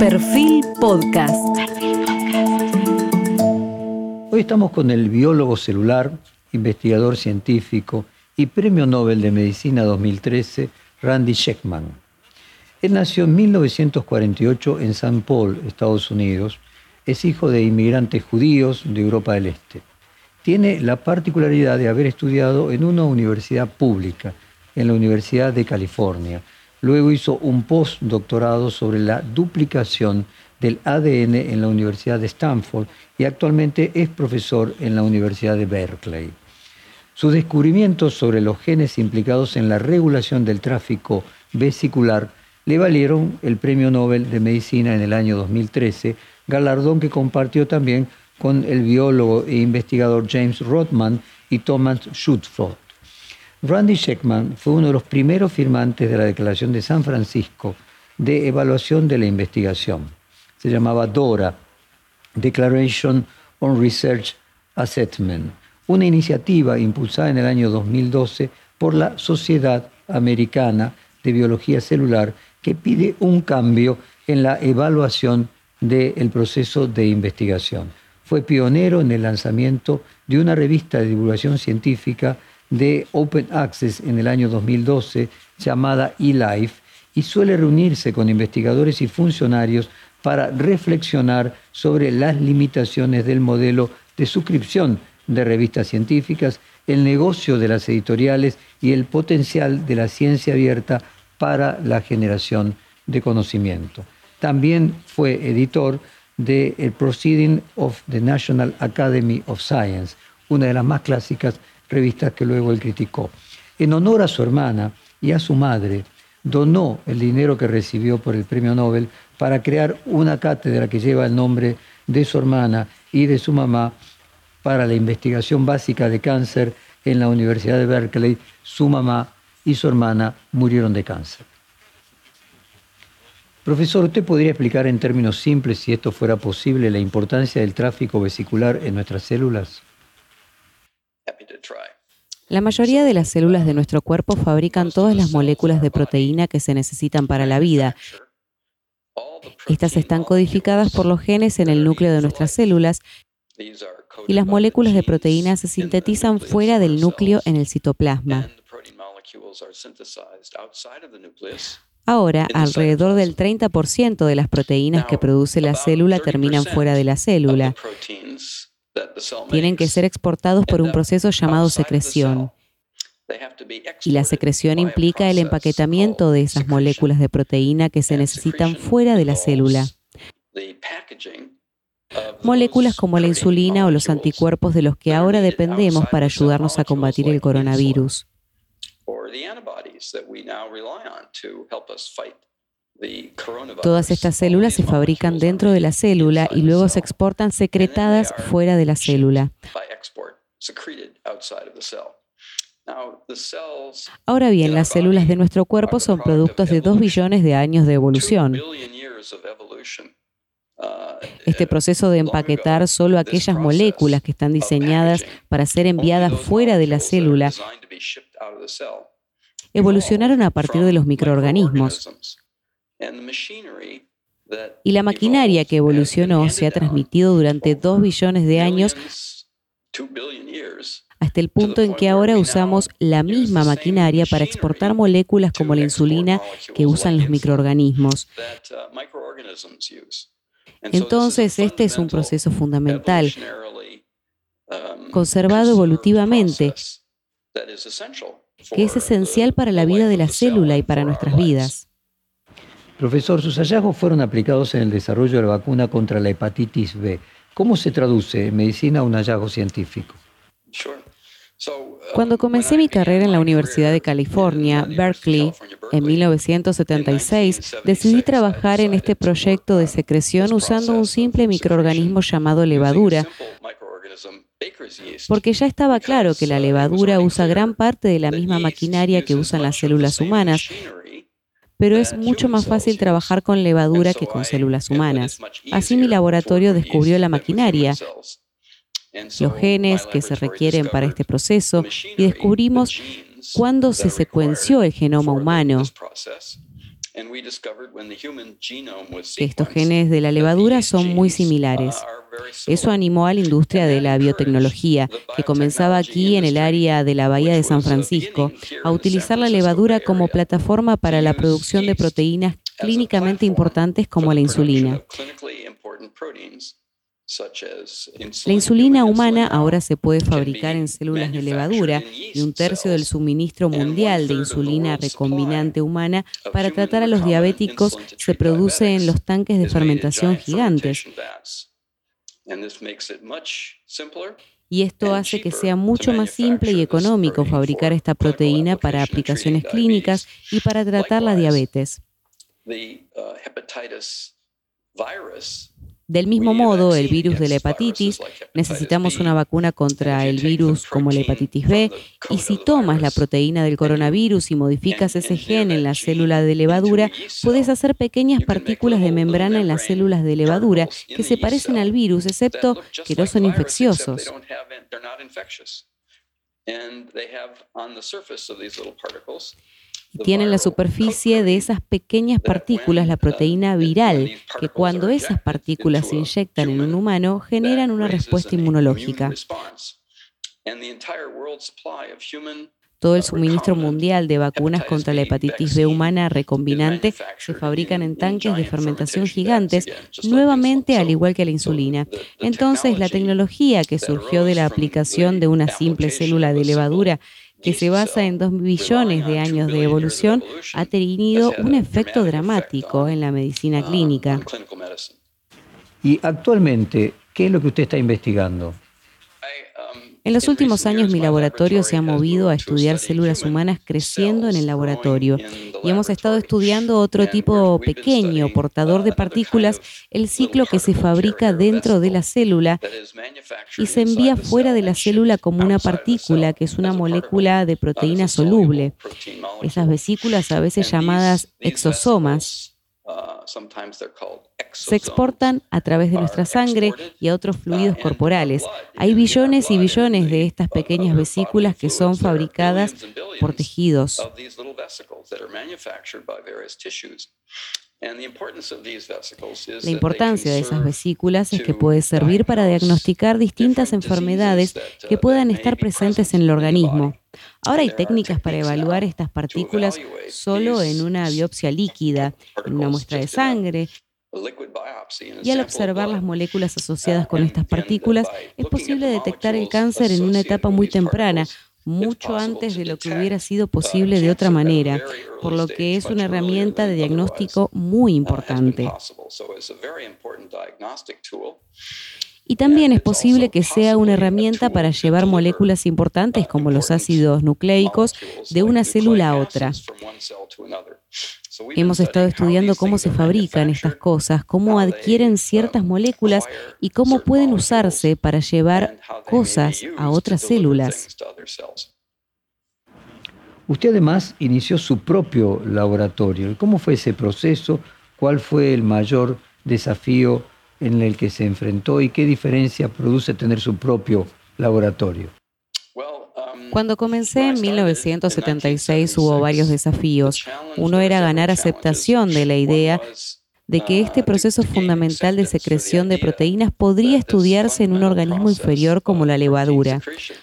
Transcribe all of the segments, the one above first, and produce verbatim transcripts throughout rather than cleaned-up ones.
Perfil Podcast. Hoy estamos con el biólogo celular, investigador científico y Premio Nobel de Medicina dos mil trece, Randy Shekman. Él nació en mil novecientos cuarenta y ocho en Saint Paul, Estados Unidos. Es hijo de inmigrantes judíos de Europa del Este. Tiene la particularidad de haber estudiado en una universidad pública, en la Universidad de California. Luego hizo un postdoctorado sobre la duplicación del A D N en la Universidad de Stanford y actualmente es profesor en la Universidad de Berkeley. Sus descubrimientos sobre los genes implicados en la regulación del tráfico vesicular le valieron el Premio Nobel de Medicina en el año dos mil trece, galardón que compartió también con el biólogo e investigador James Rothman y Thomas Schutfeld. Randy Shekman fue uno de los primeros firmantes de la Declaración de San Francisco de Evaluación de la Investigación. Se llamaba DORA, Declaration on Research Assessment, una iniciativa impulsada en el año dos mil doce por la Sociedad Americana de Biología Celular que pide un cambio en la evaluación del proceso de investigación. Fue pionero en el lanzamiento de una revista de divulgación científica de Open Access en el año dos mil doce llamada eLife y suele reunirse con investigadores y funcionarios para reflexionar sobre las limitaciones del modelo de suscripción de revistas científicas, el negocio de las editoriales y el potencial de la ciencia abierta para la generación de conocimiento. También fue editor de el Proceeding of the National Academy of Science, una de las más clásicas revistas que luego él criticó. En honor a su hermana y a su madre, donó el dinero que recibió por el Premio Nobel para crear una cátedra que lleva el nombre de su hermana y de su mamá para la investigación básica de cáncer en la Universidad de Berkeley. Su mamá y su hermana murieron de cáncer. Profesor, ¿usted podría explicar en términos simples, si esto fuera posible, la importancia del tráfico vesicular en nuestras células? La mayoría de las células de nuestro cuerpo fabrican todas las moléculas de proteína que se necesitan para la vida. Estas están codificadas por los genes en el núcleo de nuestras células y las moléculas de proteína se sintetizan fuera del núcleo en el citoplasma. Ahora, alrededor del treinta por ciento de las proteínas que produce la célula terminan fuera de la célula. Tienen que ser exportados por un proceso llamado secreción. Y la secreción implica el empaquetamiento de esas moléculas de proteína que se necesitan fuera de la célula. Moléculas como la insulina o los anticuerpos de los que ahora dependemos para ayudarnos a combatir el coronavirus. Todas estas células se fabrican dentro de la célula y luego se exportan secretadas fuera de la célula. Ahora bien, las células de nuestro cuerpo son productos de dos billones de años de evolución. Este proceso de empaquetar solo aquellas moléculas que están diseñadas para ser enviadas fuera de la célula evolucionaron a partir de los microorganismos. Y la maquinaria que evolucionó se ha transmitido durante dos billones de años hasta el punto en que ahora usamos la misma maquinaria para exportar moléculas como la insulina que usan los microorganismos. Entonces, este es un proceso fundamental, conservado evolutivamente, que es esencial para la vida de la célula y para nuestras vidas. Profesor, sus hallazgos fueron aplicados en el desarrollo de la vacuna contra la hepatitis B. ¿Cómo se traduce en medicina un hallazgo científico? Cuando comencé mi carrera en la Universidad de California, Berkeley, en mil novecientos setenta y seis, decidí trabajar en este proyecto de secreción usando un simple microorganismo llamado levadura, porque ya estaba claro que la levadura usa gran parte de la misma maquinaria que usan las células humanas, pero es mucho más fácil trabajar con levadura que con células humanas. Así mi laboratorio descubrió la maquinaria, los genes que se requieren para este proceso, y descubrimos cuándo se secuenció el genoma humano. que estos genes de la levadura son muy similares. Eso animó a la industria de la biotecnología, que comenzaba aquí en el área de la Bahía de San Francisco, a utilizar la levadura como plataforma para la producción de proteínas clínicamente importantes como la insulina. La insulina humana ahora se puede fabricar en células de levadura y un tercio del suministro mundial de insulina recombinante humana para tratar a los diabéticos se produce en los tanques de fermentación gigantes. Y esto hace que sea mucho más simple y económico fabricar esta proteína para aplicaciones clínicas y para tratar la diabetes. Del mismo modo, el virus de la hepatitis, necesitamos una vacuna contra el virus como la hepatitis B, y si tomas la proteína del coronavirus y modificas ese gen en la célula de levadura, puedes hacer pequeñas partículas de membrana en las células de levadura que se parecen al virus, excepto que no son infecciosos. Tienen en la superficie de esas pequeñas partículas la proteína viral, que cuando esas partículas se inyectan en un humano, generan una respuesta inmunológica. Todo el suministro mundial de vacunas contra la hepatitis B humana recombinante se fabrican en tanques de fermentación gigantes, nuevamente al igual que la insulina. Entonces, la tecnología que surgió de la aplicación de una simple célula de levadura, que se basa en dos billones de años de evolución, ha tenido un efecto dramático en la medicina clínica. Y actualmente, ¿qué es lo que usted está investigando? En los últimos años mi laboratorio se ha movido a estudiar células humanas creciendo en el laboratorio y hemos estado estudiando otro tipo pequeño, portador de partículas, el ciclo que se fabrica dentro de la célula y se envía fuera de la célula como una partícula, que es una molécula de proteína soluble. Esas vesículas, a veces llamadas exosomas, se exportan a través de nuestra sangre y a otros fluidos corporales. Hay billones y billones de estas pequeñas vesículas que son fabricadas por tejidos. La importancia de esas vesículas es que puede servir para diagnosticar distintas enfermedades que puedan estar presentes en el organismo. Ahora hay técnicas para evaluar estas partículas solo en una biopsia líquida, en una muestra de sangre. Y al observar las moléculas asociadas con estas partículas, es posible detectar el cáncer en una etapa muy temprana, mucho antes de lo que hubiera sido posible de otra manera, por lo que es una herramienta de diagnóstico muy importante. Y también es posible que sea una herramienta para llevar moléculas importantes como los ácidos nucleicos de una célula a otra. Hemos estado estudiando cómo se fabrican estas cosas, cómo adquieren ciertas moléculas y cómo pueden usarse para llevar cosas a otras células. Usted además inició su propio laboratorio. ¿Cómo fue ese proceso? ¿Cuál fue el mayor desafío en el que se enfrentó y qué diferencia produce tener su propio laboratorio? Cuando comencé en mil novecientos setenta y seis hubo varios desafíos. Uno era ganar aceptación de la idea de que este proceso fundamental de secreción de proteínas podría estudiarse en un organismo inferior como la levadura.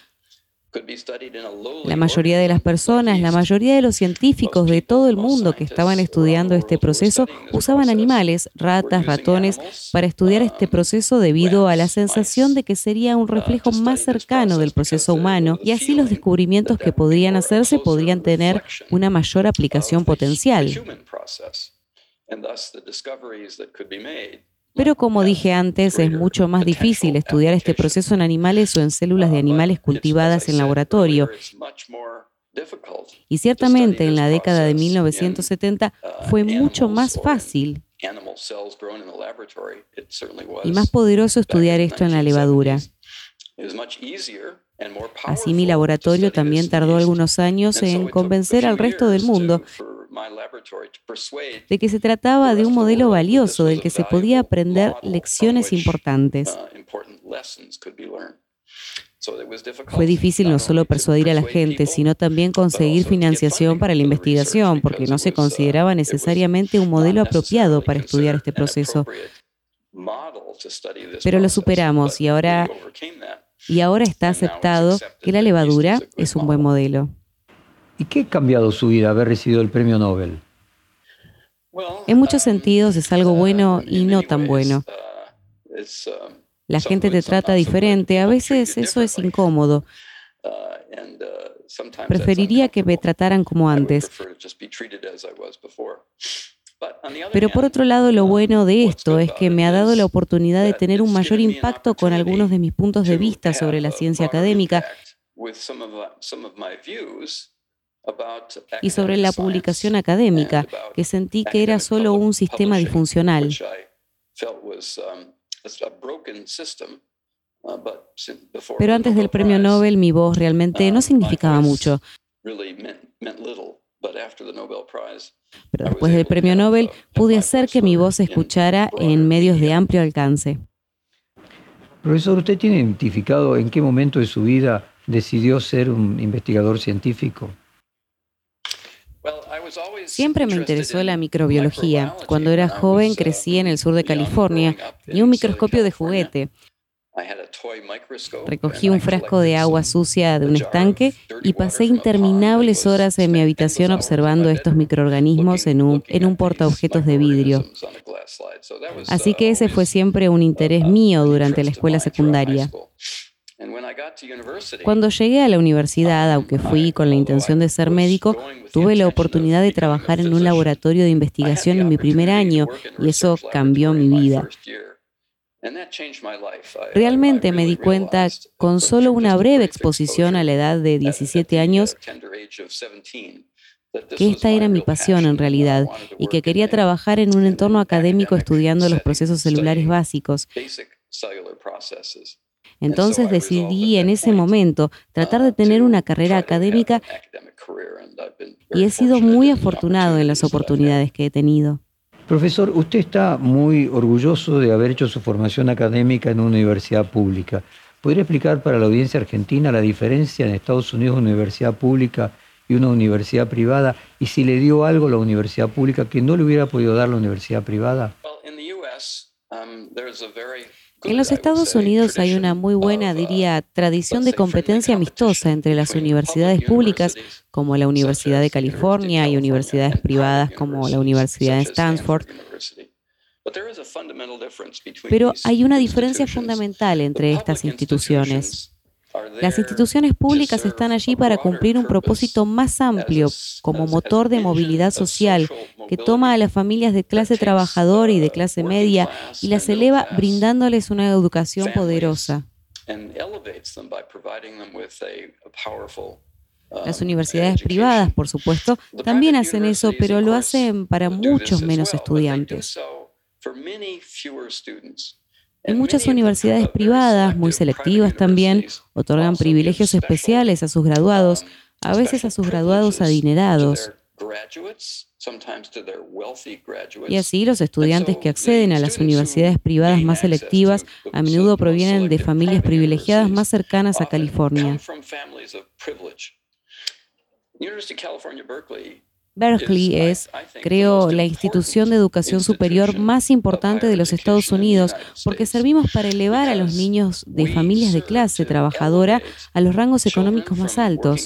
La mayoría de las personas, la mayoría de los científicos de todo el mundo que estaban estudiando este proceso usaban animales, ratas, ratones, para estudiar este proceso debido a la sensación de que sería un reflejo más cercano del proceso humano y así los descubrimientos que podrían hacerse podrían tener una mayor aplicación potencial. Pero como dije antes, es mucho más difícil estudiar este proceso en animales o en células de animales cultivadas en laboratorio. Y ciertamente en la década de mil novecientos setenta fue mucho más fácil y más poderoso estudiar esto en la levadura. Así mi laboratorio también tardó algunos años en convencer al resto del mundo de que se trataba de un modelo valioso del que se podía aprender lecciones importantes. Fue difícil no solo persuadir a la gente, sino también conseguir financiación para la investigación, porque no se consideraba necesariamente un modelo apropiado para estudiar este proceso. Pero lo superamos y ahora, y ahora está aceptado que la levadura es un buen modelo. ¿Y qué ha cambiado su vida haber recibido el premio Nobel? En muchos sentidos es algo bueno y no tan bueno. La gente te trata diferente, a veces eso es incómodo. Preferiría que me trataran como antes. Pero por otro lado, lo bueno de esto es que me ha dado la oportunidad de tener un mayor impacto con algunos de mis puntos de vista sobre la ciencia académica y sobre la publicación académica, que sentí que era solo un sistema disfuncional. Pero antes del premio Nobel, mi voz realmente no significaba mucho. Pero después del premio Nobel, pude hacer que mi voz se escuchara en medios de amplio alcance. Profesor, ¿usted tiene identificado en qué momento de su vida decidió ser un investigador científico? Siempre me interesó la microbiología. Cuando era joven crecí en el sur de California. Tenía un microscopio de juguete. Recogí un frasco de agua sucia de un estanque y pasé interminables horas en mi habitación observando estos microorganismos en un, en un portaobjetos de vidrio. Así que ese fue siempre un interés mío durante la escuela secundaria. Cuando llegué a la universidad, aunque fui con la intención de ser médico, tuve la oportunidad de trabajar en un laboratorio de investigación en mi primer año y eso cambió mi vida. Realmente me di cuenta, con solo una breve exposición a la edad de diecisiete años, que esta era mi pasión en realidad y que quería trabajar en un entorno académico estudiando los procesos celulares básicos. Entonces decidí en ese momento tratar de tener una carrera académica y he sido muy afortunado en las oportunidades que he tenido. Profesor, usted está muy orgulloso de haber hecho su formación académica en una universidad pública. ¿Podría explicar para la audiencia argentina la diferencia en Estados Unidos una universidad pública y una universidad privada? Y si le dio algo a la universidad pública que no le hubiera podido dar la universidad privada. En los Estados Unidos hay una muy buena, diría, tradición de competencia amistosa entre las universidades públicas, como la Universidad de California, y universidades privadas, como la Universidad de Stanford. Pero hay una diferencia fundamental entre estas instituciones. Las instituciones públicas están allí para cumplir un propósito más amplio, como motor de movilidad social, que toma a las familias de clase trabajadora y de clase media y las eleva brindándoles una educación poderosa. Las universidades privadas, por supuesto, también hacen eso, pero lo hacen para muchos menos estudiantes. En muchas universidades privadas, muy selectivas también, otorgan privilegios especiales a sus graduados, a veces a sus graduados adinerados. Y así los estudiantes que acceden a las universidades privadas más selectivas a menudo provienen de familias privilegiadas más cercanas a California. Berkeley es, creo, la institución de educación superior más importante de los Estados Unidos porque servimos para elevar a los niños de familias de clase trabajadora a los rangos económicos más altos.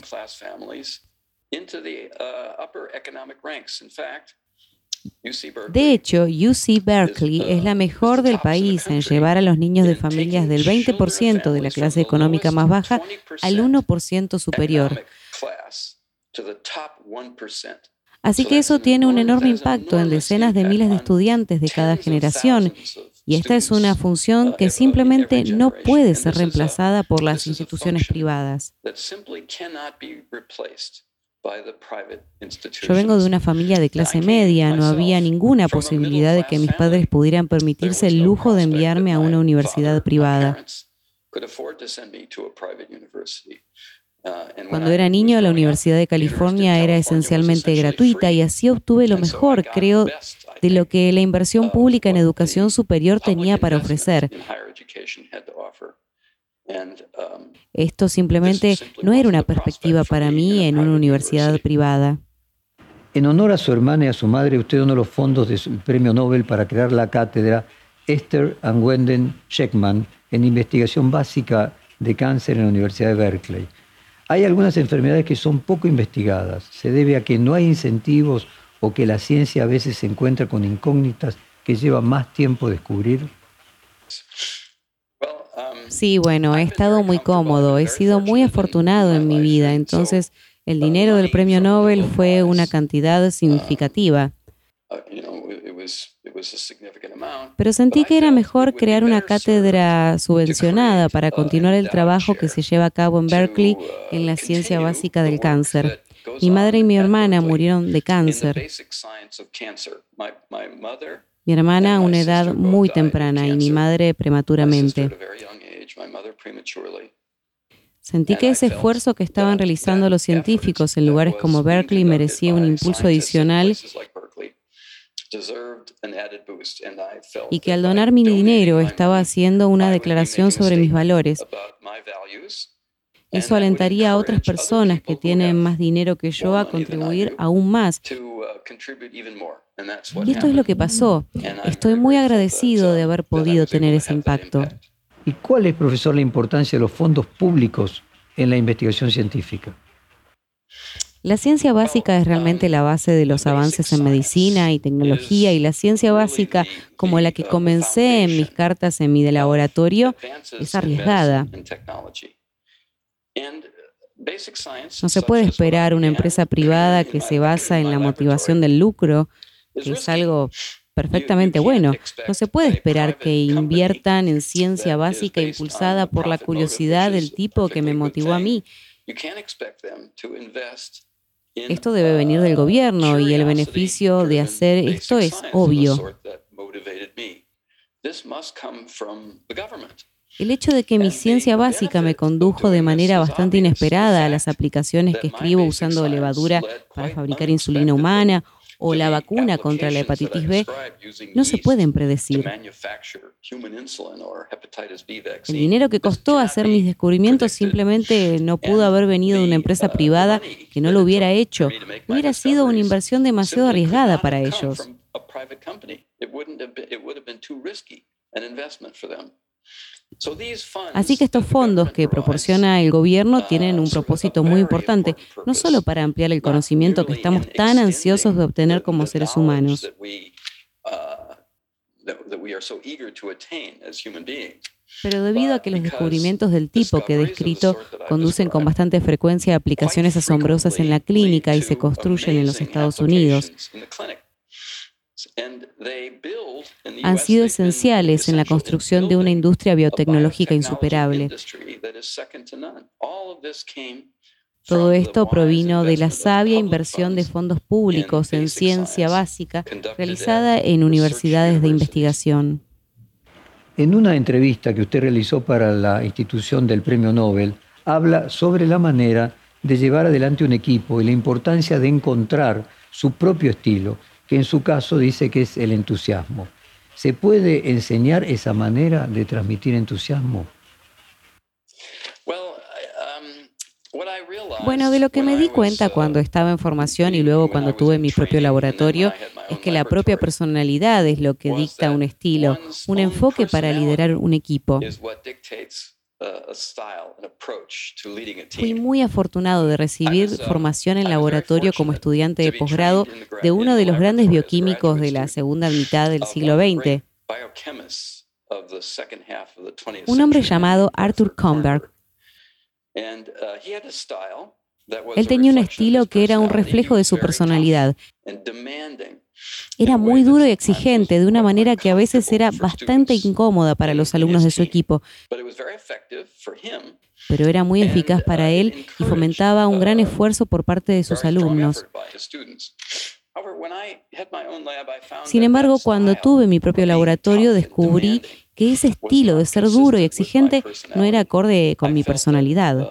De hecho, U C Berkeley es la mejor del país en llevar a los niños de familias del veinte por ciento de la clase económica más baja al uno por ciento superior. Así que eso tiene un enorme impacto en decenas de miles de estudiantes de cada generación, y esta es una función que simplemente no puede ser reemplazada por las instituciones privadas. Yo vengo de una familia de clase media, no había ninguna posibilidad de que mis padres pudieran permitirse el lujo de enviarme a una universidad privada. Cuando era niño, la Universidad de California era esencialmente gratuita y así obtuve lo mejor, creo, de lo que la inversión pública en educación superior tenía para ofrecer. Esto simplemente no era una perspectiva para mí en una universidad privada. En honor a su hermana y a su madre, usted donó los fondos del Premio Nobel para crear la cátedra Esther and Wendell Sheckman en investigación básica de cáncer en la Universidad de Berkeley. Hay algunas enfermedades que son poco investigadas. ¿Se debe a que no hay incentivos o que la ciencia a veces se encuentra con incógnitas que lleva más tiempo descubrir? Sí, bueno, he estado muy cómodo, he sido muy afortunado en mi vida, entonces el dinero del Premio Nobel fue una cantidad significativa. Pero sentí que era mejor crear una cátedra subvencionada para continuar el trabajo que se lleva a cabo en Berkeley en la ciencia básica del cáncer. Mi madre y mi hermana murieron de cáncer. Mi hermana a una edad muy temprana y mi madre prematuramente. Sentí que ese esfuerzo que estaban realizando los científicos en lugares como Berkeley merecía un impulso adicional y que al donar mi dinero estaba haciendo una declaración sobre mis valores. Eso alentaría a otras personas que tienen más dinero que yo a contribuir aún más. Y esto es lo que pasó. Estoy muy agradecido de haber podido tener ese impacto. ¿Y cuál es, profesor, la importancia de los fondos públicos en la investigación científica? La ciencia básica es realmente la base de los avances en medicina y tecnología, y la ciencia básica, como la que comencé en mis cartas en mi laboratorio, es arriesgada. No se puede esperar una empresa privada que se basa en la motivación del lucro, que es algo perfectamente bueno. No se puede esperar que inviertan en ciencia básica impulsada por la curiosidad del tipo que me motivó a mí. Esto debe venir del gobierno y el beneficio de hacer esto es obvio. El hecho de que mi ciencia básica me condujo de manera bastante inesperada a las aplicaciones que escribo usando levadura para fabricar insulina humana o la vacuna contra la hepatitis B, no se pueden predecir. El dinero que costó hacer mis descubrimientos simplemente no pudo haber venido de una empresa privada que no lo hubiera hecho. Hubiera sido una inversión demasiado arriesgada para ellos. Así que estos fondos que proporciona el gobierno tienen un propósito muy importante, no solo para ampliar el conocimiento que estamos tan ansiosos de obtener como seres humanos, pero debido a que los descubrimientos del tipo que he descrito conducen con bastante frecuencia a aplicaciones asombrosas en la clínica y se construyen en los Estados Unidos. Han sido esenciales en la construcción de una industria biotecnológica insuperable. Todo esto provino de la sabia inversión de fondos públicos en ciencia básica realizada en universidades de investigación. En una entrevista que usted realizó para la institución del Premio Nobel, habla sobre la manera de llevar adelante un equipo y la importancia de encontrar su propio estilo, que en su caso dice que es el entusiasmo. ¿Se puede enseñar esa manera de transmitir entusiasmo? Bueno, de lo que me di cuenta cuando estaba en formación y luego cuando tuve mi propio laboratorio, es que la propia personalidad es lo que dicta un estilo, un enfoque para liderar un equipo. Fui muy afortunado de recibir formación en laboratorio como estudiante de posgrado de uno de los grandes bioquímicos de la segunda mitad del siglo veinte, un hombre llamado Arthur Comberg. Él tenía un estilo que era un reflejo de su personalidad. Era muy duro y exigente, de una manera que a veces era bastante incómoda para los alumnos de su equipo, pero era muy eficaz para él y fomentaba un gran esfuerzo por parte de sus alumnos. Sin embargo, cuando tuve mi propio laboratorio, descubrí que ese estilo de ser duro y exigente no era acorde con mi personalidad.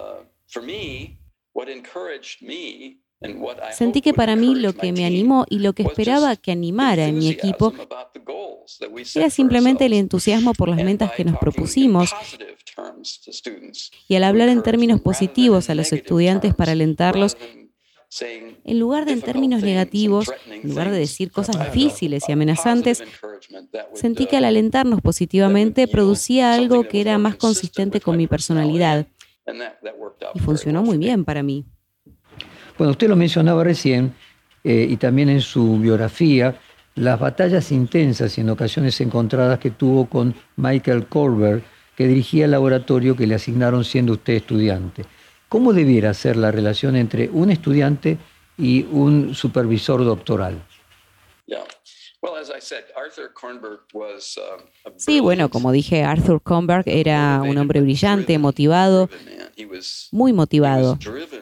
Sentí que para mí lo que me animó y lo que esperaba que animara en mi equipo era simplemente el entusiasmo por las metas que nos propusimos Y al hablar en términos positivos a los estudiantes para alentarlos, en lugar de en términos negativos, en lugar de decir cosas difíciles y amenazantes, sentí que al alentarnos positivamente producía algo que era más consistente con mi personalidad. Y funcionó muy bien para mí. Bueno, usted lo mencionaba recién, eh, y también en su biografía, las batallas intensas y en ocasiones encontradas que tuvo con Michael Kohlberg, que dirigía el laboratorio que le asignaron siendo usted estudiante. ¿Cómo debiera ser la relación entre un estudiante y un supervisor doctoral? Sí, bueno, como dije, Arthur Kornberg era un hombre brillante, motivado, muy motivado.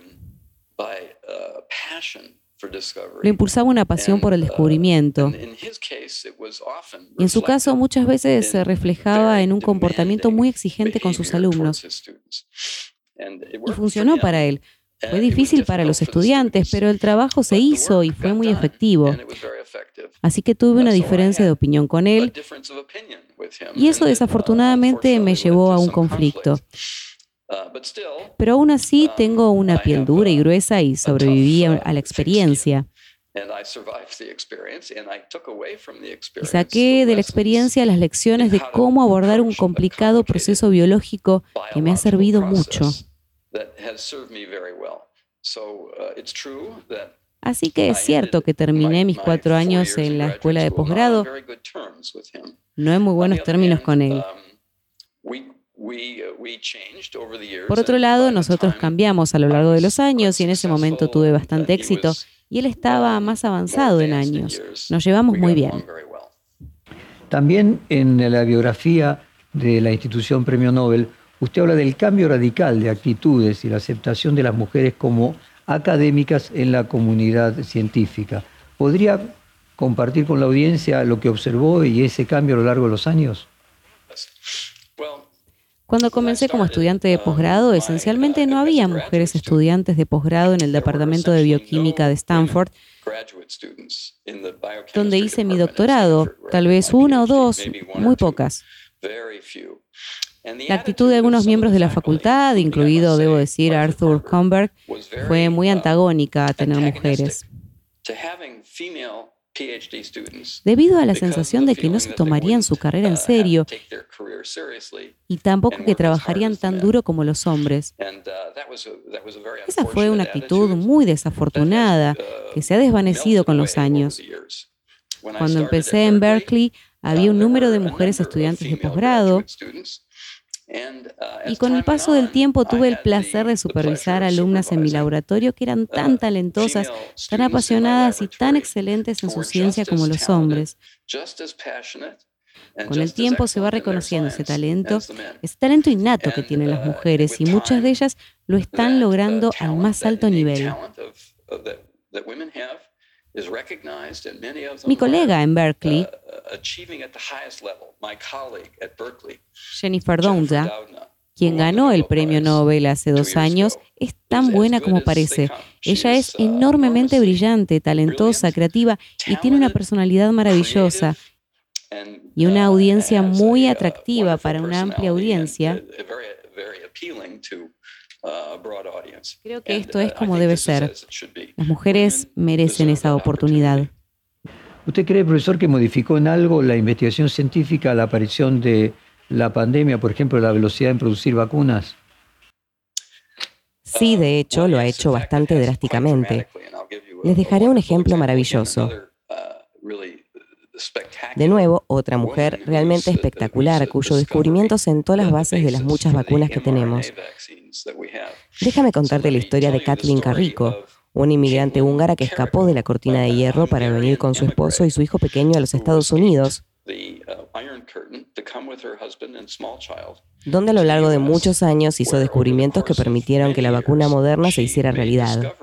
Lo impulsaba una pasión por el descubrimiento. Y en su caso, muchas veces se reflejaba en un comportamiento muy exigente con sus alumnos. Y funcionó para él. Fue difícil para los estudiantes, pero el trabajo se hizo y fue muy efectivo. Así que tuve una diferencia de opinión con él, y eso desafortunadamente me llevó a un conflicto. Pero aún así tengo una piel dura y gruesa y sobreviví a la experiencia. Y saqué de la experiencia las lecciones de cómo abordar un complicado proceso biológico que me ha servido mucho. Así que es cierto que terminé mis cuatro años en la escuela de posgrado no en muy buenos términos con él. Por otro lado, nosotros cambiamos a lo largo de los años y en ese momento tuve bastante éxito y él estaba más avanzado en años. Nos llevamos muy bien. También en la biografía de la institución Premio Nobel, usted habla del cambio radical de actitudes y la aceptación de las mujeres como académicas en la comunidad científica. ¿Podría compartir con la audiencia lo que observó y ese cambio a lo largo de los años? Cuando comencé como estudiante de posgrado, esencialmente no había mujeres estudiantes de posgrado en el Departamento de Bioquímica de Stanford, donde hice mi doctorado, tal vez una o dos, muy pocas. La actitud de algunos miembros de la facultad, incluido, debo decir, Arthur Kornberg, fue muy antagónica a tener mujeres. Debido a la sensación de que no se tomarían su carrera en serio y tampoco que trabajarían tan duro como los hombres. Esa fue una actitud muy desafortunada que se ha desvanecido con los años. Cuando empecé en Berkeley, había un número de mujeres estudiantes de posgrado, y con el paso del tiempo tuve el placer de supervisar alumnas en mi laboratorio que eran tan talentosas, tan apasionadas y tan excelentes en su ciencia como los hombres. Con el tiempo se va reconociendo ese talento, ese talento innato que tienen las mujeres, y muchas de ellas lo están logrando al más alto nivel. Mi colega en Berkeley, Jennifer Doudna, quien ganó el premio Nobel hace dos años, es tan buena como parece. Ella es enormemente brillante, talentosa, creativa y tiene una personalidad maravillosa y una audiencia muy atractiva para una amplia audiencia. Creo que esto es como debe ser. Las mujeres merecen esa oportunidad. ¿Usted cree, profesor, que modificó en algo la investigación científica a la aparición de la pandemia, por ejemplo, la velocidad en producir vacunas? Sí, de hecho, lo ha hecho bastante drásticamente. Les dejaré un ejemplo maravilloso. De nuevo, otra mujer realmente espectacular, cuyo descubrimiento sentó las bases de las muchas vacunas que tenemos. Déjame contarte la historia de Kathleen Carrico, una inmigrante húngara que escapó de la cortina de hierro para venir con su esposo y su hijo pequeño a los Estados Unidos, donde a lo largo de muchos años hizo descubrimientos que permitieron que la vacuna moderna se hiciera realidad.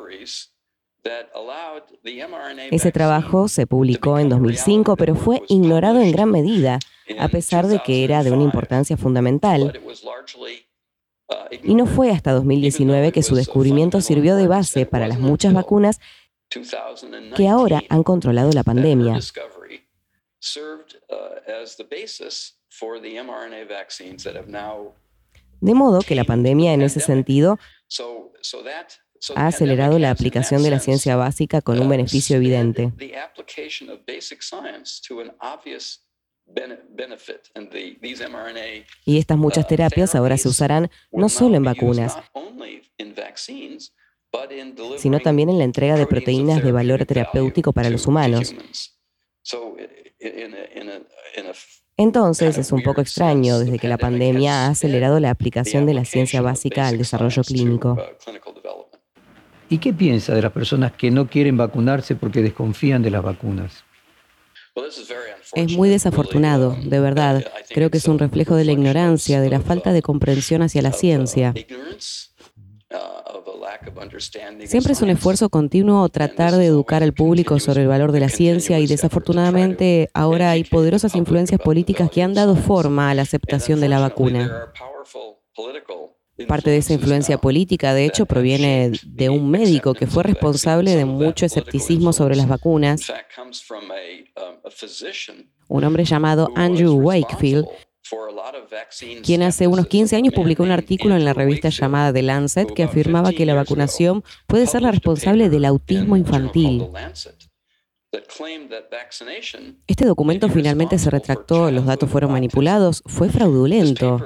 Ese trabajo se publicó en dos mil cinco, pero fue ignorado en gran medida, a pesar de que era de una importancia fundamental. Y no fue hasta dos mil diecinueve que su descubrimiento sirvió de base para las muchas vacunas que ahora han controlado la pandemia. De modo que la pandemia, en ese sentido, ha acelerado la aplicación de la ciencia básica con un beneficio evidente. Y estas muchas terapias ahora se usarán no solo en vacunas, sino también en la entrega de proteínas de valor terapéutico para los humanos. Entonces, es un poco extraño desde que la pandemia ha acelerado la aplicación de la ciencia básica al desarrollo clínico. ¿Y qué piensa de las personas que no quieren vacunarse porque desconfían de las vacunas? Es muy desafortunado, de verdad. Creo que es un reflejo de la ignorancia, de la falta de comprensión hacia la ciencia. Siempre es un esfuerzo continuo tratar de educar al público sobre el valor de la ciencia y desafortunadamente ahora hay poderosas influencias políticas que han dado forma a la aceptación de la vacuna. Parte de esa influencia política, de hecho, proviene de un médico que fue responsable de mucho escepticismo sobre las vacunas, un hombre llamado Andrew Wakefield, quien hace unos quince años publicó un artículo en la revista llamada The Lancet que afirmaba que la vacunación puede ser la responsable del autismo infantil. Este documento finalmente se retractó, los datos fueron manipulados, fue fraudulento.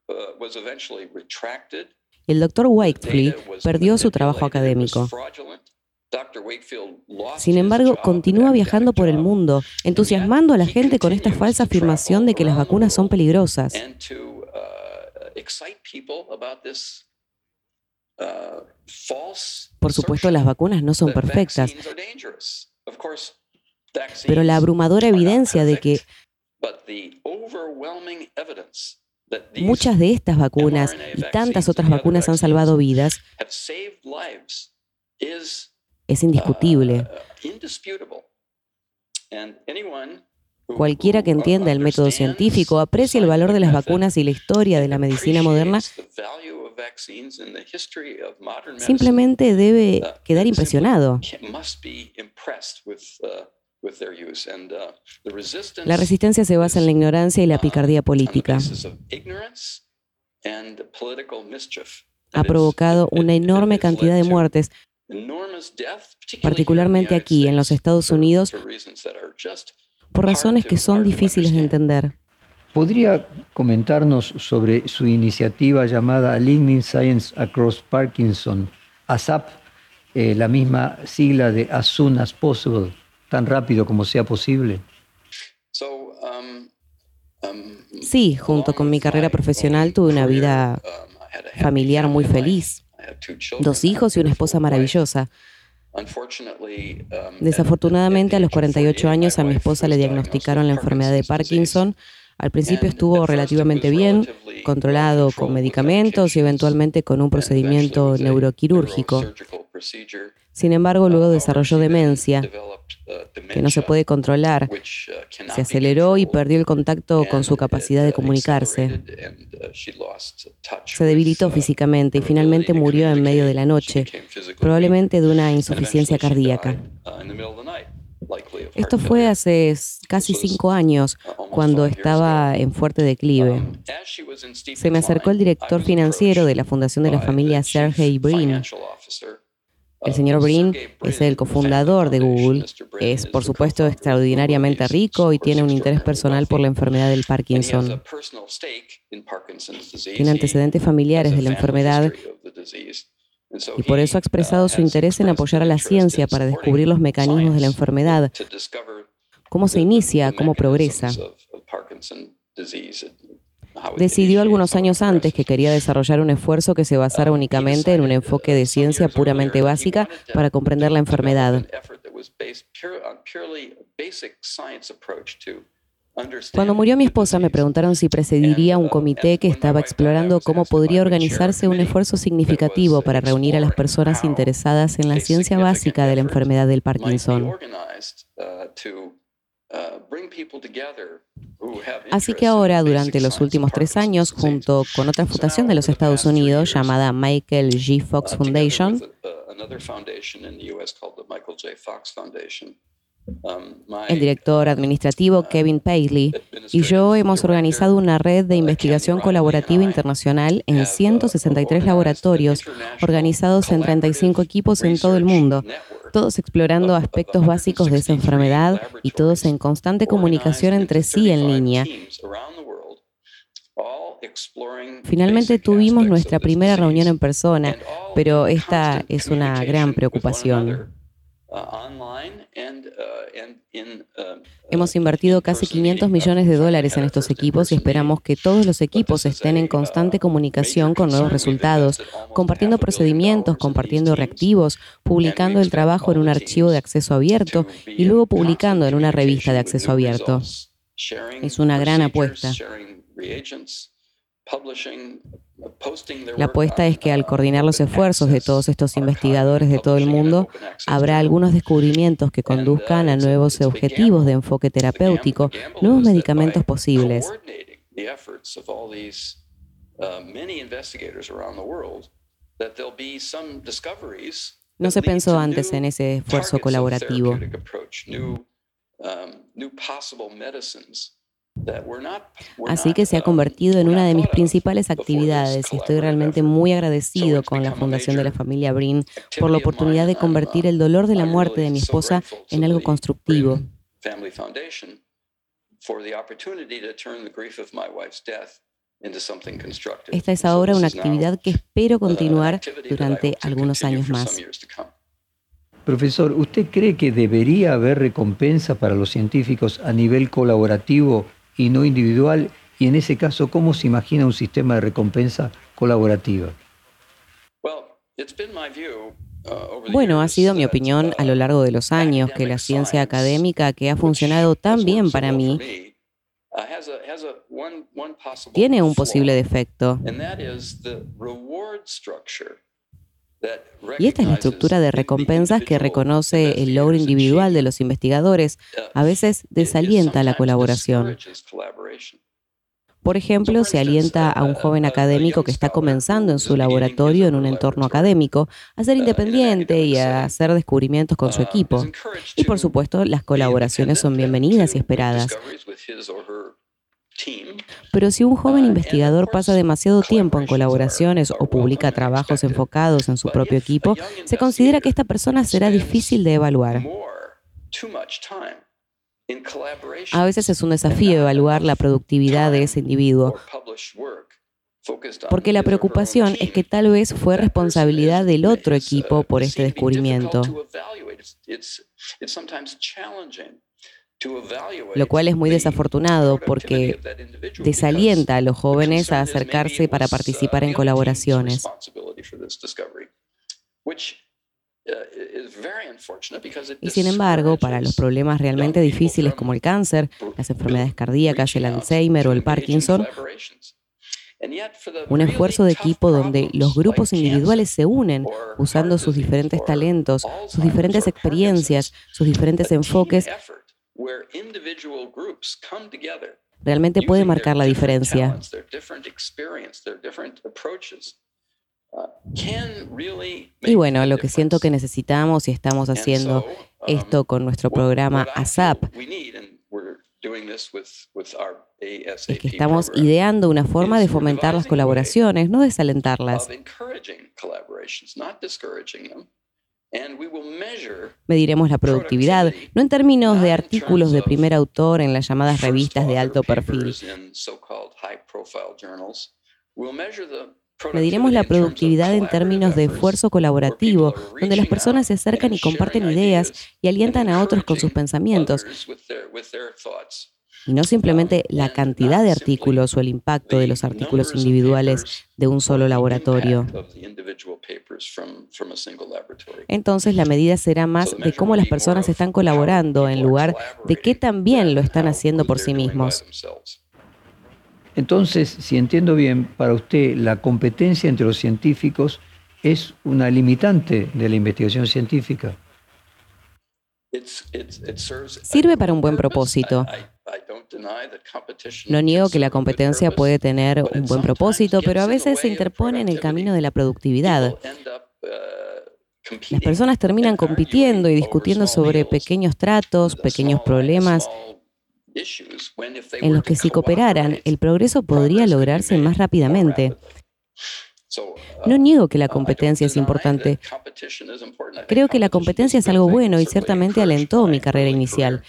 El doctor Wakefield perdió su trabajo académico. Sin embargo, continúa viajando por el mundo, entusiasmando a la gente con esta falsa afirmación de que las vacunas son peligrosas. Por supuesto, las vacunas no son perfectas, pero la abrumadora evidencia de que muchas de estas vacunas y tantas otras vacunas han salvado vidas es indiscutible. Cualquiera que entienda el método científico aprecia el valor de las vacunas y la historia de la medicina moderna simplemente debe quedar impresionado. La resistencia se basa en la ignorancia y la picardía política. Ha provocado una enorme cantidad de muertes, particularmente aquí, en los Estados Unidos, por razones que son difíciles de entender. ¿Podría comentarnos sobre su iniciativa llamada Lightning Science Across Parkinson, A S A P, eh, la misma sigla de As Soon as Possible, tan rápido como sea posible? Sí, junto con mi carrera profesional tuve una vida familiar muy feliz. Dos hijos y una esposa maravillosa. Desafortunadamente, a los cuarenta y ocho años a mi esposa le diagnosticaron la enfermedad de Parkinson. Al principio estuvo relativamente bien, controlado con medicamentos y eventualmente con un procedimiento neuroquirúrgico. Sin embargo, luego desarrolló demencia, que no se puede controlar. Se aceleró y perdió el contacto con su capacidad de comunicarse. Se debilitó físicamente y finalmente murió en medio de la noche, probablemente de una insuficiencia cardíaca. Esto fue hace casi cinco años, cuando estaba en fuerte declive. Se me acercó el director financiero de la Fundación de la Familia Sergey Brin. El señor Brin es el cofundador de Google, es por supuesto extraordinariamente rico y tiene un interés personal por la enfermedad del Parkinson. Tiene antecedentes familiares de la enfermedad y por eso ha expresado su interés en apoyar a la ciencia para descubrir los mecanismos de la enfermedad, cómo se inicia, cómo progresa. Decidió algunos años antes que quería desarrollar un esfuerzo que se basara únicamente en un enfoque de ciencia puramente básica para comprender la enfermedad. Cuando murió mi esposa, me preguntaron si presidiría un comité que estaba explorando cómo podría organizarse un esfuerzo significativo para reunir a las personas interesadas en la ciencia básica de la enfermedad del Parkinson. Así que ahora, durante los últimos tres años, junto con otra fundación de los Estados Unidos llamada Michael J. Fox Foundation, El director administrativo Kevin Paisley y yo hemos organizado una red de investigación colaborativa internacional en ciento sesenta y tres laboratorios, organizados en treinta y cinco equipos en todo el mundo, todos explorando aspectos básicos de esa enfermedad y todos en constante comunicación entre sí en línea. Finalmente tuvimos nuestra primera reunión en persona, pero esta es una gran preocupación. Hemos invertido casi quinientos millones de dólares en estos equipos y esperamos que todos los equipos estén en constante comunicación con nuevos resultados, compartiendo procedimientos, compartiendo reactivos, publicando el trabajo en un archivo de acceso abierto y luego publicando en una revista de acceso abierto. Es una gran apuesta. La apuesta es que al coordinar los esfuerzos de todos estos investigadores de todo el mundo, habrá algunos descubrimientos que conduzcan a nuevos objetivos de enfoque terapéutico, nuevos medicamentos posibles. No se pensó antes en ese esfuerzo colaborativo. Así que se ha convertido en una de mis principales actividades y estoy realmente muy agradecido con la Fundación de la Familia Brin por la oportunidad de convertir el dolor de la muerte de mi esposa en algo constructivo. Esta es ahora una actividad que espero continuar durante algunos años más. Profesor, ¿usted cree que debería haber recompensa para los científicos a nivel colaborativo y no individual? Y en ese caso, ¿cómo se imagina un sistema de recompensa colaborativa? Bueno, ha sido mi opinión a lo largo de los años que la ciencia académica, que ha funcionado tan bien para mí, tiene un posible defecto. Y esta es la estructura de recompensas que reconoce el logro individual de los investigadores. A veces desalienta la colaboración. Por ejemplo, se alienta a un joven académico que está comenzando en su laboratorio en un entorno académico a ser independiente y a hacer descubrimientos con su equipo. Y por supuesto, las colaboraciones son bienvenidas y esperadas. Pero si un joven investigador pasa demasiado tiempo en colaboraciones o publica trabajos enfocados en su propio equipo, se considera que esta persona será difícil de evaluar. A veces es un desafío evaluar la productividad de ese individuo, porque la preocupación es que tal vez fue responsabilidad del otro equipo por este descubrimiento, lo cual es muy desafortunado porque desalienta a los jóvenes a acercarse para participar en colaboraciones. Y sin embargo, para los problemas realmente difíciles como el cáncer, las enfermedades cardíacas, el Alzheimer o el Parkinson, un esfuerzo de equipo donde los grupos individuales se unen usando sus diferentes talentos, sus diferentes experiencias, sus diferentes enfoques, realmente puede marcar la diferencia. Y bueno, lo que siento que necesitamos y estamos haciendo esto con nuestro programa A S A P es que estamos ideando una forma de fomentar las colaboraciones, no desalentarlas. Mediremos la productividad, no en términos de artículos de primer autor en las llamadas revistas de alto perfil. Mediremos la productividad en términos de esfuerzo colaborativo, donde las personas se acercan y comparten ideas y alientan a otros con sus pensamientos, y no simplemente la cantidad de artículos o el impacto de los artículos individuales de un solo laboratorio. Entonces, la medida será más de cómo las personas están colaborando en lugar de qué tan bien lo están haciendo por sí mismos. Entonces, si entiendo bien, para usted la competencia entre los científicos es una limitante de la investigación científica. Sirve para un buen propósito. No niego que la competencia puede tener un buen propósito, pero a veces se interpone en el camino de la productividad. Las personas terminan compitiendo y discutiendo sobre pequeños tratos, pequeños problemas, en los que si cooperaran, el progreso podría lograrse más rápidamente. No niego que la competencia es importante. Creo que la competencia es algo bueno y ciertamente alentó mi carrera inicial.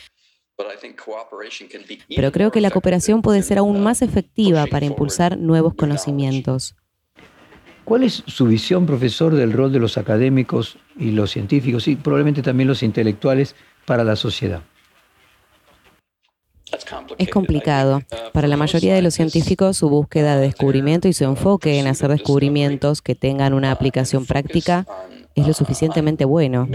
Pero creo que la cooperación puede ser aún más efectiva para impulsar nuevos conocimientos. ¿Cuál es su visión, profesor, del rol de los académicos y los científicos y probablemente también los intelectuales para la sociedad? Es complicado. Para la mayoría de los científicos, su búsqueda de descubrimiento y su enfoque en hacer descubrimientos que tengan una aplicación práctica es lo suficientemente bueno.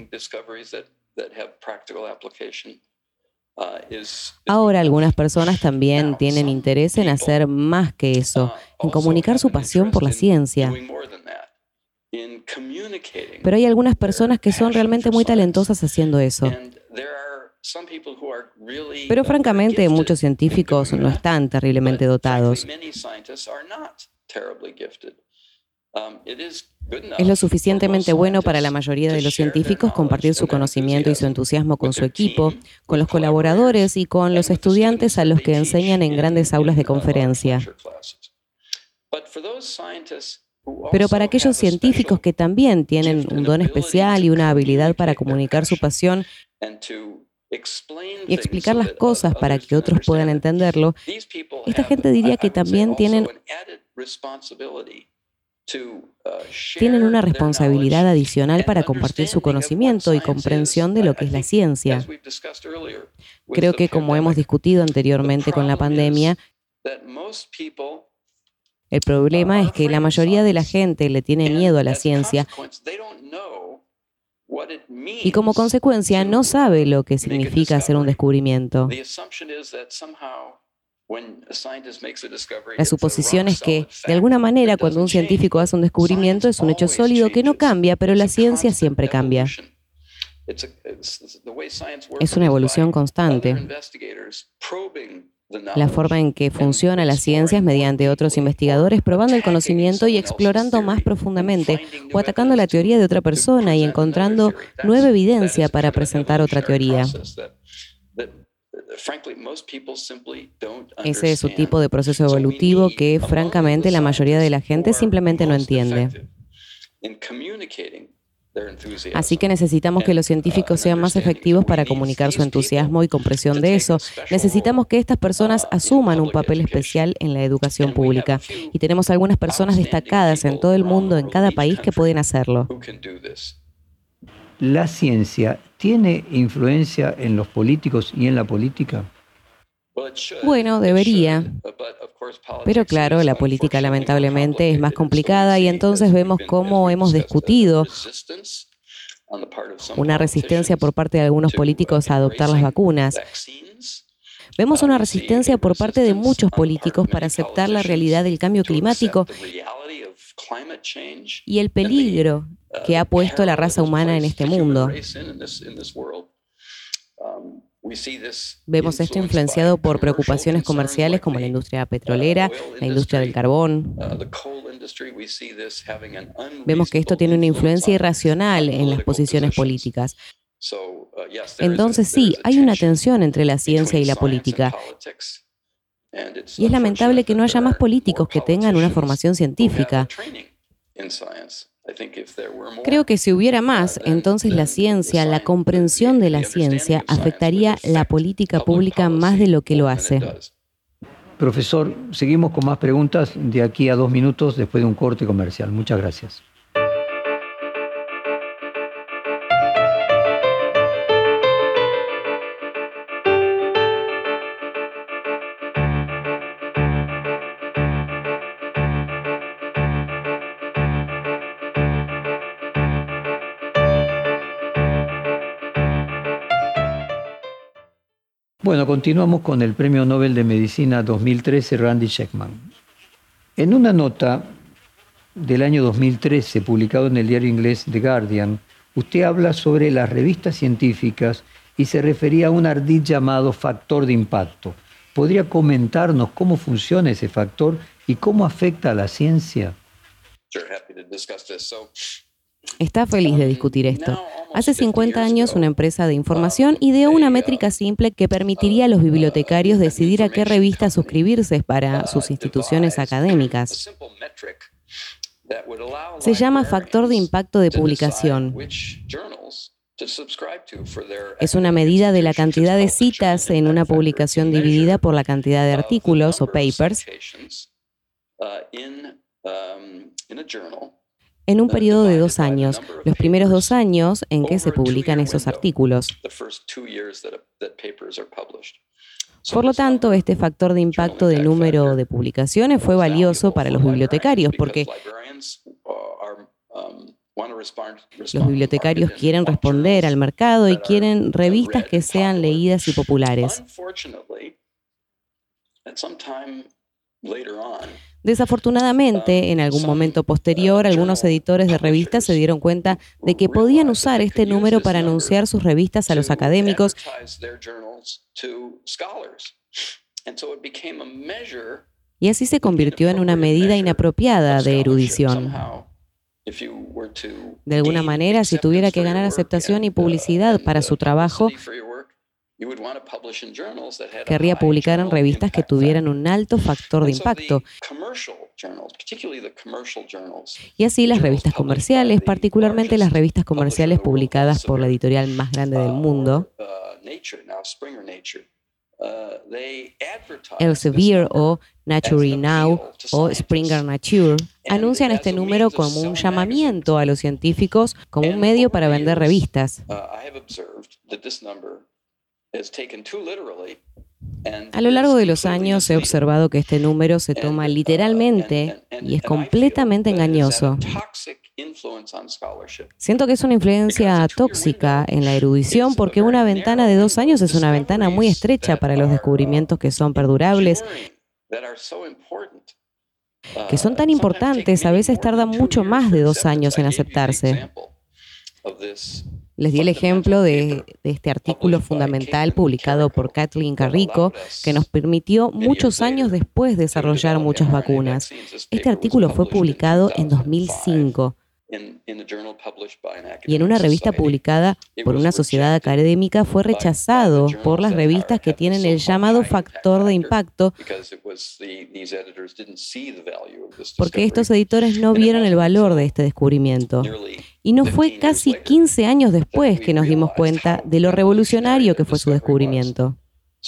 Ahora, algunas personas también tienen interés en hacer más que eso, en comunicar su pasión por la ciencia. Pero hay algunas personas que son realmente muy talentosas haciendo eso. Pero francamente, muchos científicos no están terriblemente dotados. Es lo suficientemente bueno para la mayoría de los científicos compartir su conocimiento y su entusiasmo con su equipo, con los colaboradores y con los estudiantes a los que enseñan en grandes aulas de conferencia. Pero para aquellos científicos que también tienen un don especial y una habilidad para comunicar su pasión y explicar las cosas para que otros puedan entenderlo, esta gente diría que también tienen Tienen una responsabilidad adicional para compartir su conocimiento y comprensión de lo que es la ciencia. Creo que, como hemos discutido anteriormente con la pandemia, el problema es que la mayoría de la gente le tiene miedo a la ciencia y, como consecuencia, no sabe lo que significa hacer un descubrimiento. La suposición es que, de alguna manera, cuando un científico hace un descubrimiento, es un hecho sólido que no cambia, pero la ciencia siempre cambia. Es una evolución constante. La forma en que funciona la ciencia es mediante otros investigadores probando el conocimiento y explorando más profundamente, o atacando la teoría de otra persona y encontrando nueva evidencia para presentar otra teoría. Ese es su tipo de proceso evolutivo que, francamente, la mayoría de la gente simplemente no entiende. Así que necesitamos que los científicos sean más efectivos para comunicar su entusiasmo y comprensión de eso. Necesitamos que estas personas asuman un papel especial en la educación pública. Y tenemos algunas personas destacadas en todo el mundo, en cada país, que pueden hacerlo. ¿La ciencia tiene influencia en los políticos y en la política? Bueno, debería. Pero claro, la política lamentablemente es más complicada y entonces vemos cómo hemos discutido una resistencia por parte de algunos políticos a adoptar las vacunas. Vemos una resistencia por parte de muchos políticos para aceptar la realidad del cambio climático y el peligro que ha puesto la raza humana en este mundo. Vemos esto influenciado por preocupaciones comerciales como la industria petrolera, la industria del carbón. Vemos que esto tiene una influencia irracional en las posiciones políticas. Entonces sí, hay una tensión entre la ciencia y la política. Y es lamentable que no haya más políticos que tengan una formación científica. Creo que si hubiera más, entonces la ciencia, la comprensión de la ciencia, afectaría la política pública más de lo que lo hace. Profesor, seguimos con más preguntas de aquí a dos minutos después de un corte comercial. Muchas gracias. Bueno, continuamos con el Premio Nobel de Medicina dos mil trece, Randy Shekman. En una nota del año dos mil trece, publicado en el diario inglés The Guardian, usted habla sobre las revistas científicas y se refería a un ardid llamado factor de impacto. ¿Podría comentarnos cómo funciona ese factor y cómo afecta a la ciencia? está feliz de discutir esto. Hace cincuenta años, una empresa de información ideó una métrica simple que permitiría a los bibliotecarios decidir a qué revista suscribirse para sus instituciones académicas. Se llama factor de impacto de publicación. Es una medida de la cantidad de citas en una publicación dividida por la cantidad de artículos o papers en un periodo de dos años, los primeros dos años en que se publican esos artículos. Por lo tanto, este factor de impacto de número de publicaciones fue valioso para los bibliotecarios porque los bibliotecarios quieren responder al mercado y quieren revistas que sean leídas y populares. Desafortunadamente, en algún momento posterior, algunos editores de revistas se dieron cuenta de que podían usar este número para anunciar sus revistas a los académicos y así se convirtió en una medida inapropiada de erudición. De alguna manera, si tuviera que ganar aceptación y publicidad para su trabajo, querría publicar en revistas que tuvieran un alto factor de impacto. Y así las revistas comerciales, particularmente las revistas comerciales publicadas por la editorial más grande del mundo, Elsevier o Nature Now o Springer Nature, anuncian este número como un llamamiento a los científicos como un medio para vender revistas. A lo largo de los años he observado que este número se toma literalmente y es completamente engañoso. Siento que es una influencia tóxica en la erudición porque una ventana de dos años es una ventana muy estrecha para los descubrimientos que son perdurables, que son tan importantes, a veces tardan mucho más de dos años en aceptarse. Les di el ejemplo de, de este artículo fundamental publicado por Kathleen Carrico, que nos permitió muchos años después desarrollar muchas vacunas. Este artículo fue publicado en dos mil cinco y en una revista publicada por una sociedad académica fue rechazado por las revistas que tienen el llamado factor de impacto porque estos editores no vieron el valor de este descubrimiento. Y no fue casi quince años después que nos dimos cuenta de lo revolucionario que fue su descubrimiento.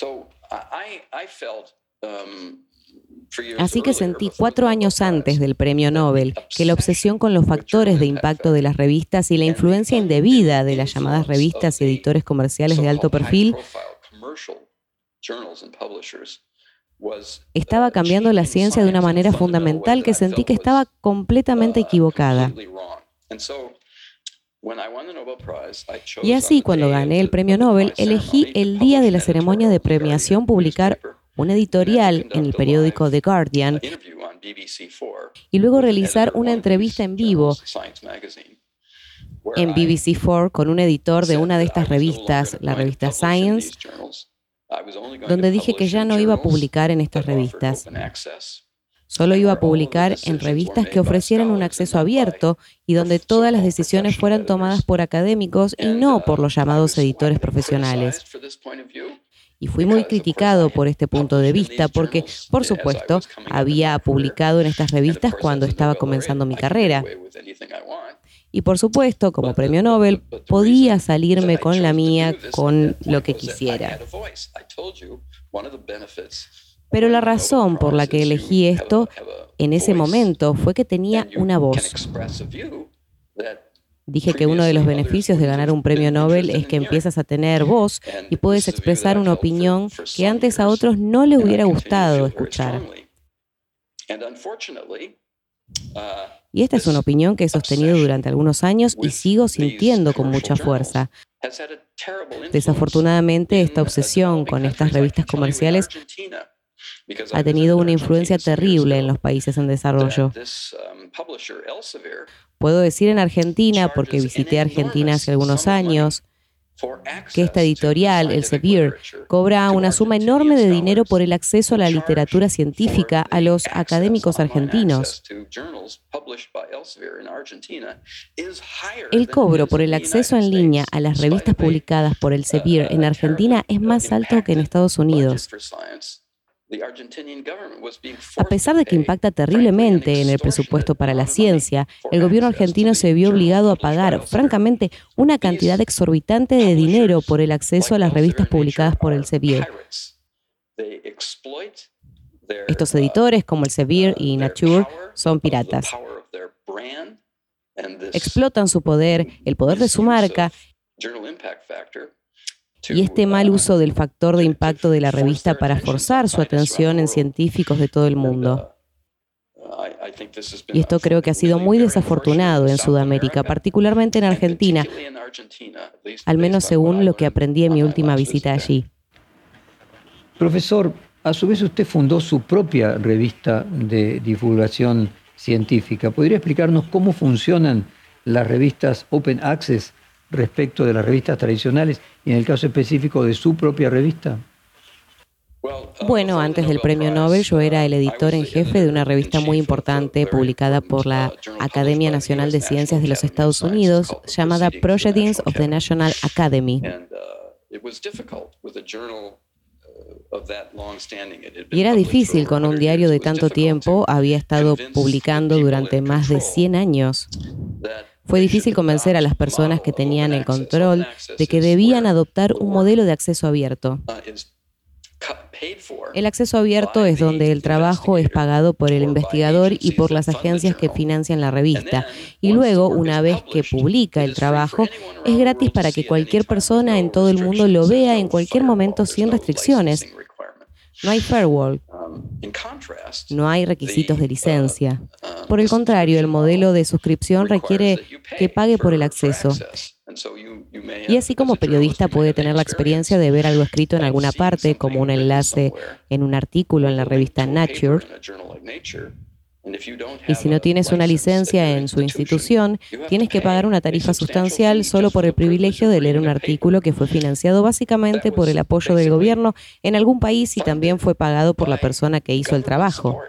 Así que sentí cuatro años antes del premio Nobel que la obsesión con los factores de impacto de las revistas y la influencia indebida de las llamadas revistas y editores comerciales de alto perfil estaba cambiando la ciencia de una manera fundamental que sentí que estaba completamente equivocada. Y así, cuando gané el premio Nobel, elegí el día de la ceremonia de premiación publicar un editorial en el periódico The Guardian y luego realizar una entrevista en vivo en B B C cuatro con un editor de una de estas revistas, la revista Science, donde dije que ya no iba a publicar en estas revistas. Solo iba a publicar en revistas que ofrecieran un acceso abierto y donde todas las decisiones fueran tomadas por académicos y no por los llamados editores profesionales. Y fui muy criticado por este punto de vista porque, por supuesto, había publicado en estas revistas cuando estaba comenzando mi carrera. Y por supuesto, como premio Nobel, podía salirme con la mía, con lo que quisiera. Pero la razón por la que elegí esto en ese momento fue que tenía una voz. Dije que uno de los beneficios de ganar un premio Nobel es que empiezas a tener voz y puedes expresar una opinión que antes a otros no les hubiera gustado escuchar. Y esta es una opinión que he sostenido durante algunos años y sigo sintiendo con mucha fuerza. Desafortunadamente, esta obsesión con estas revistas comerciales ha tenido una influencia terrible en los países en desarrollo. Puedo decir en Argentina, porque visité Argentina hace algunos años, que esta editorial, Elsevier, cobra una suma enorme de dinero por el acceso a la literatura científica a los académicos argentinos. El cobro por el acceso en línea a las revistas publicadas por Elsevier en Argentina es más alto que en Estados Unidos. A pesar de que impacta terriblemente en el presupuesto para la ciencia, el gobierno argentino se vio obligado a pagar, francamente, una cantidad exorbitante de dinero por el acceso a las revistas publicadas por Elsevier. Estos editores, como Elsevier y Nature, son piratas. Explotan su poder, el poder de su marca, y este mal uso del factor de impacto de la revista para forzar su atención en científicos de todo el mundo. Y esto creo que ha sido muy desafortunado en Sudamérica, particularmente en Argentina, al menos según lo que aprendí en mi última visita allí. Profesor, a su vez usted fundó su propia revista de divulgación científica. ¿Podría explicarnos cómo funcionan las revistas Open Access respecto de las revistas tradicionales y en el caso específico de su propia revista? Bueno, antes del premio Nobel yo era el editor en jefe de una revista muy importante publicada por la Academia Nacional de Ciencias de los Estados Unidos llamada Proceedings of the National Academy. Y era difícil con un diario de tanto tiempo, había estado publicando durante más de cien años. Fue difícil convencer a las personas que tenían el control de que debían adoptar un modelo de acceso abierto. El acceso abierto es donde el trabajo es pagado por el investigador y por las agencias que financian la revista. Y luego, una vez que publica el trabajo, es gratis para que cualquier persona en todo el mundo lo vea en cualquier momento sin restricciones. No hay firewall. No hay requisitos de licencia. Por el contrario, el modelo de suscripción requiere que pague por el acceso. Y así como periodista puede tener la experiencia de ver algo escrito en alguna parte, como un enlace en un artículo en la revista Nature. Y si no tienes una licencia en su institución, tienes que pagar una tarifa sustancial solo por el privilegio de leer un artículo que fue financiado básicamente por el apoyo del gobierno en algún país y también fue pagado por la persona que hizo el trabajo.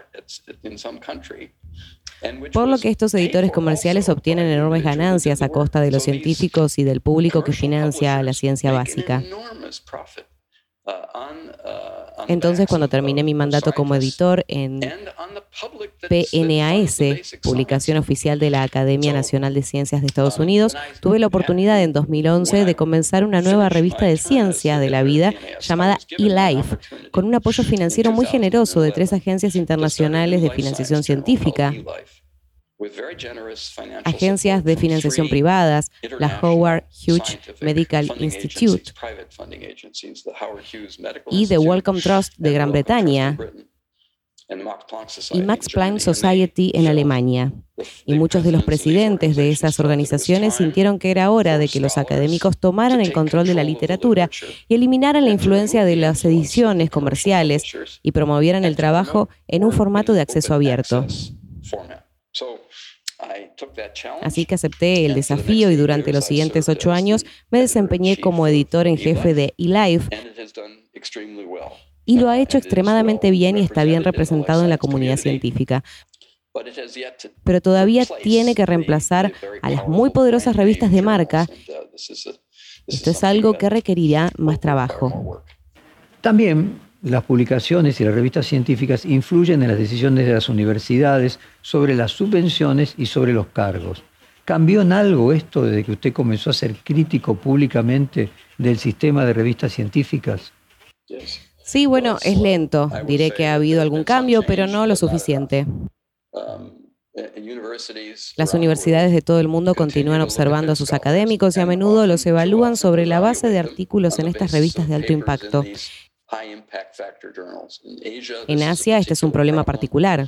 Por lo que estos editores comerciales obtienen enormes ganancias a costa de los científicos y del público que financia la ciencia básica. Entonces, cuando terminé mi mandato como editor en P N A S, publicación oficial de la Academia Nacional de Ciencias de Estados Unidos, tuve la oportunidad en dos mil once de comenzar una nueva revista de ciencia de la vida llamada eLife, con un apoyo financiero muy generoso de tres agencias internacionales de financiación científica. Agencias de financiación privadas, la Howard Hughes Medical Institute y The Wellcome Trust de Gran Bretaña y Max Planck Society en Alemania. Y muchos de los presidentes de esas organizaciones sintieron que era hora de que los académicos tomaran el control de la literatura y eliminaran la influencia de las ediciones comerciales y promovieran el trabajo en un formato de acceso abierto. Así que acepté el desafío y durante los siguientes ocho años me desempeñé como editor en jefe de eLife y lo ha hecho extremadamente bien y está bien representado en la comunidad científica. Pero todavía tiene que reemplazar a las muy poderosas revistas de marca. Esto es algo que requerirá más trabajo. También las publicaciones y las revistas científicas influyen en las decisiones de las universidades sobre las subvenciones y sobre los cargos. ¿Cambió en algo esto desde que usted comenzó a ser crítico públicamente del sistema de revistas científicas? Sí, bueno, es lento. Diré que ha habido algún cambio, pero no lo suficiente. Las universidades de todo el mundo continúan observando a sus académicos y a menudo los evalúan sobre la base de artículos en estas revistas de alto impacto. En Asia, este es un problema particular.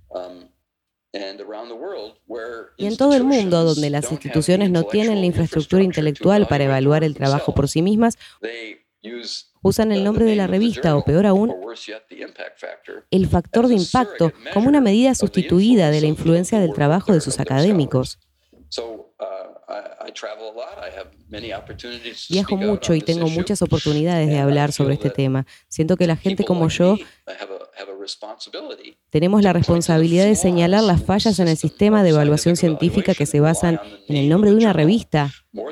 Y en todo el mundo, donde las instituciones no tienen la infraestructura intelectual para evaluar el trabajo por sí mismas, usan el nombre de la revista, o peor aún, el factor de impacto, como una medida sustituida de la influencia del trabajo de sus académicos. Viajo mucho y tengo muchas oportunidades de hablar sobre este tema. Siento que la gente como yo tenemos la responsabilidad de señalar las fallas en el sistema de evaluación científica que se basan en el nombre de una revista,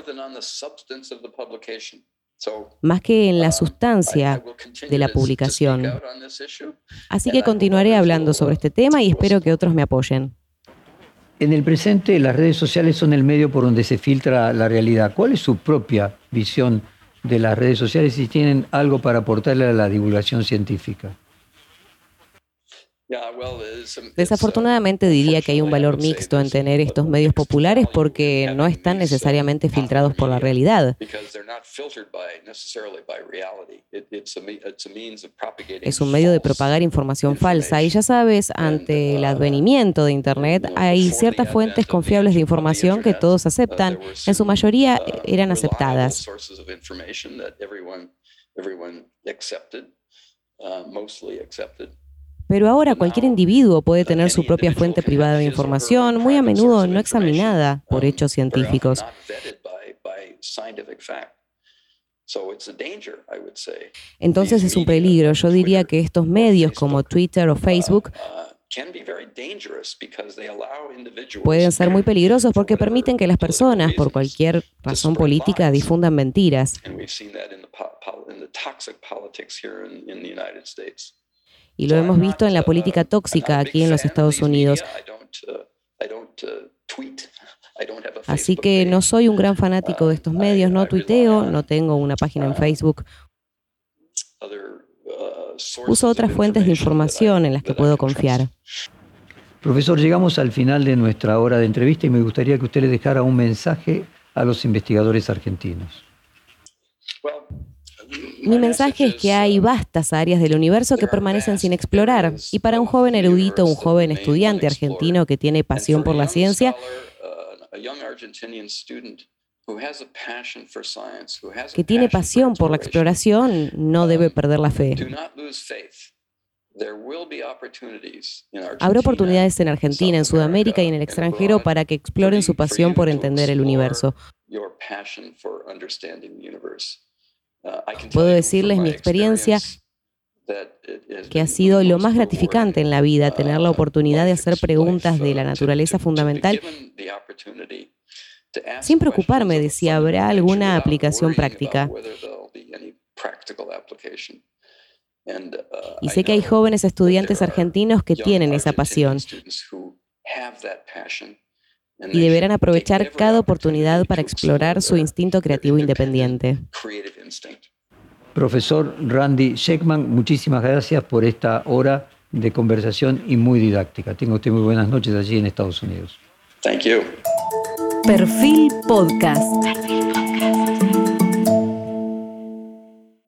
más que en la sustancia de la publicación. Así que continuaré hablando sobre este tema y espero que otros me apoyen. En el presente, las redes sociales son el medio por donde se filtra la realidad. ¿Cuál es su propia visión de las redes sociales y si tienen algo para aportarle a la divulgación científica? Desafortunadamente diría que hay un valor mixto en tener estos medios populares porque no están necesariamente filtrados por la realidad. Es un medio de propagar información falsa y ya sabes, ante el advenimiento de Internet hay ciertas fuentes confiables de información que todos aceptan. En su mayoría eran aceptadas. Pero ahora cualquier individuo puede tener su propia fuente privada de información, muy a menudo no examinada por hechos científicos. Entonces es un peligro. Yo diría que estos medios como Twitter o Facebook pueden ser muy peligrosos porque permiten que las personas, por cualquier razón política, difundan mentiras. Y lo hemos visto en la política tóxica aquí en los Estados Unidos. Así que no soy un gran fanático de estos medios, no tuiteo, no tengo una página en Facebook. Uso otras fuentes de información en las que puedo confiar. Profesor, llegamos al final de nuestra hora de entrevista y me gustaría que usted le dejara un mensaje a los investigadores argentinos. Mi mensaje es que hay vastas áreas del universo que permanecen sin explorar. Y para un joven erudito, un joven estudiante argentino que tiene pasión por la ciencia, que tiene pasión por la exploración, no debe perder la fe. Habrá oportunidades en Argentina, en Sudamérica y en el extranjero para que exploren su pasión por entender el universo. Puedo decirles mi experiencia que ha sido lo más gratificante en la vida, tener la oportunidad de hacer preguntas de la naturaleza fundamental sin preocuparme de si habrá alguna aplicación práctica. Y sé que hay jóvenes estudiantes argentinos que tienen esa pasión y deberán aprovechar cada oportunidad para explorar su instinto creativo independiente. Profesor Randy Shechtman, muchísimas gracias por esta hora de conversación y muy didáctica. Tenga usted muy buenas noches allí en Estados Unidos. Thank you. Perfil Podcast.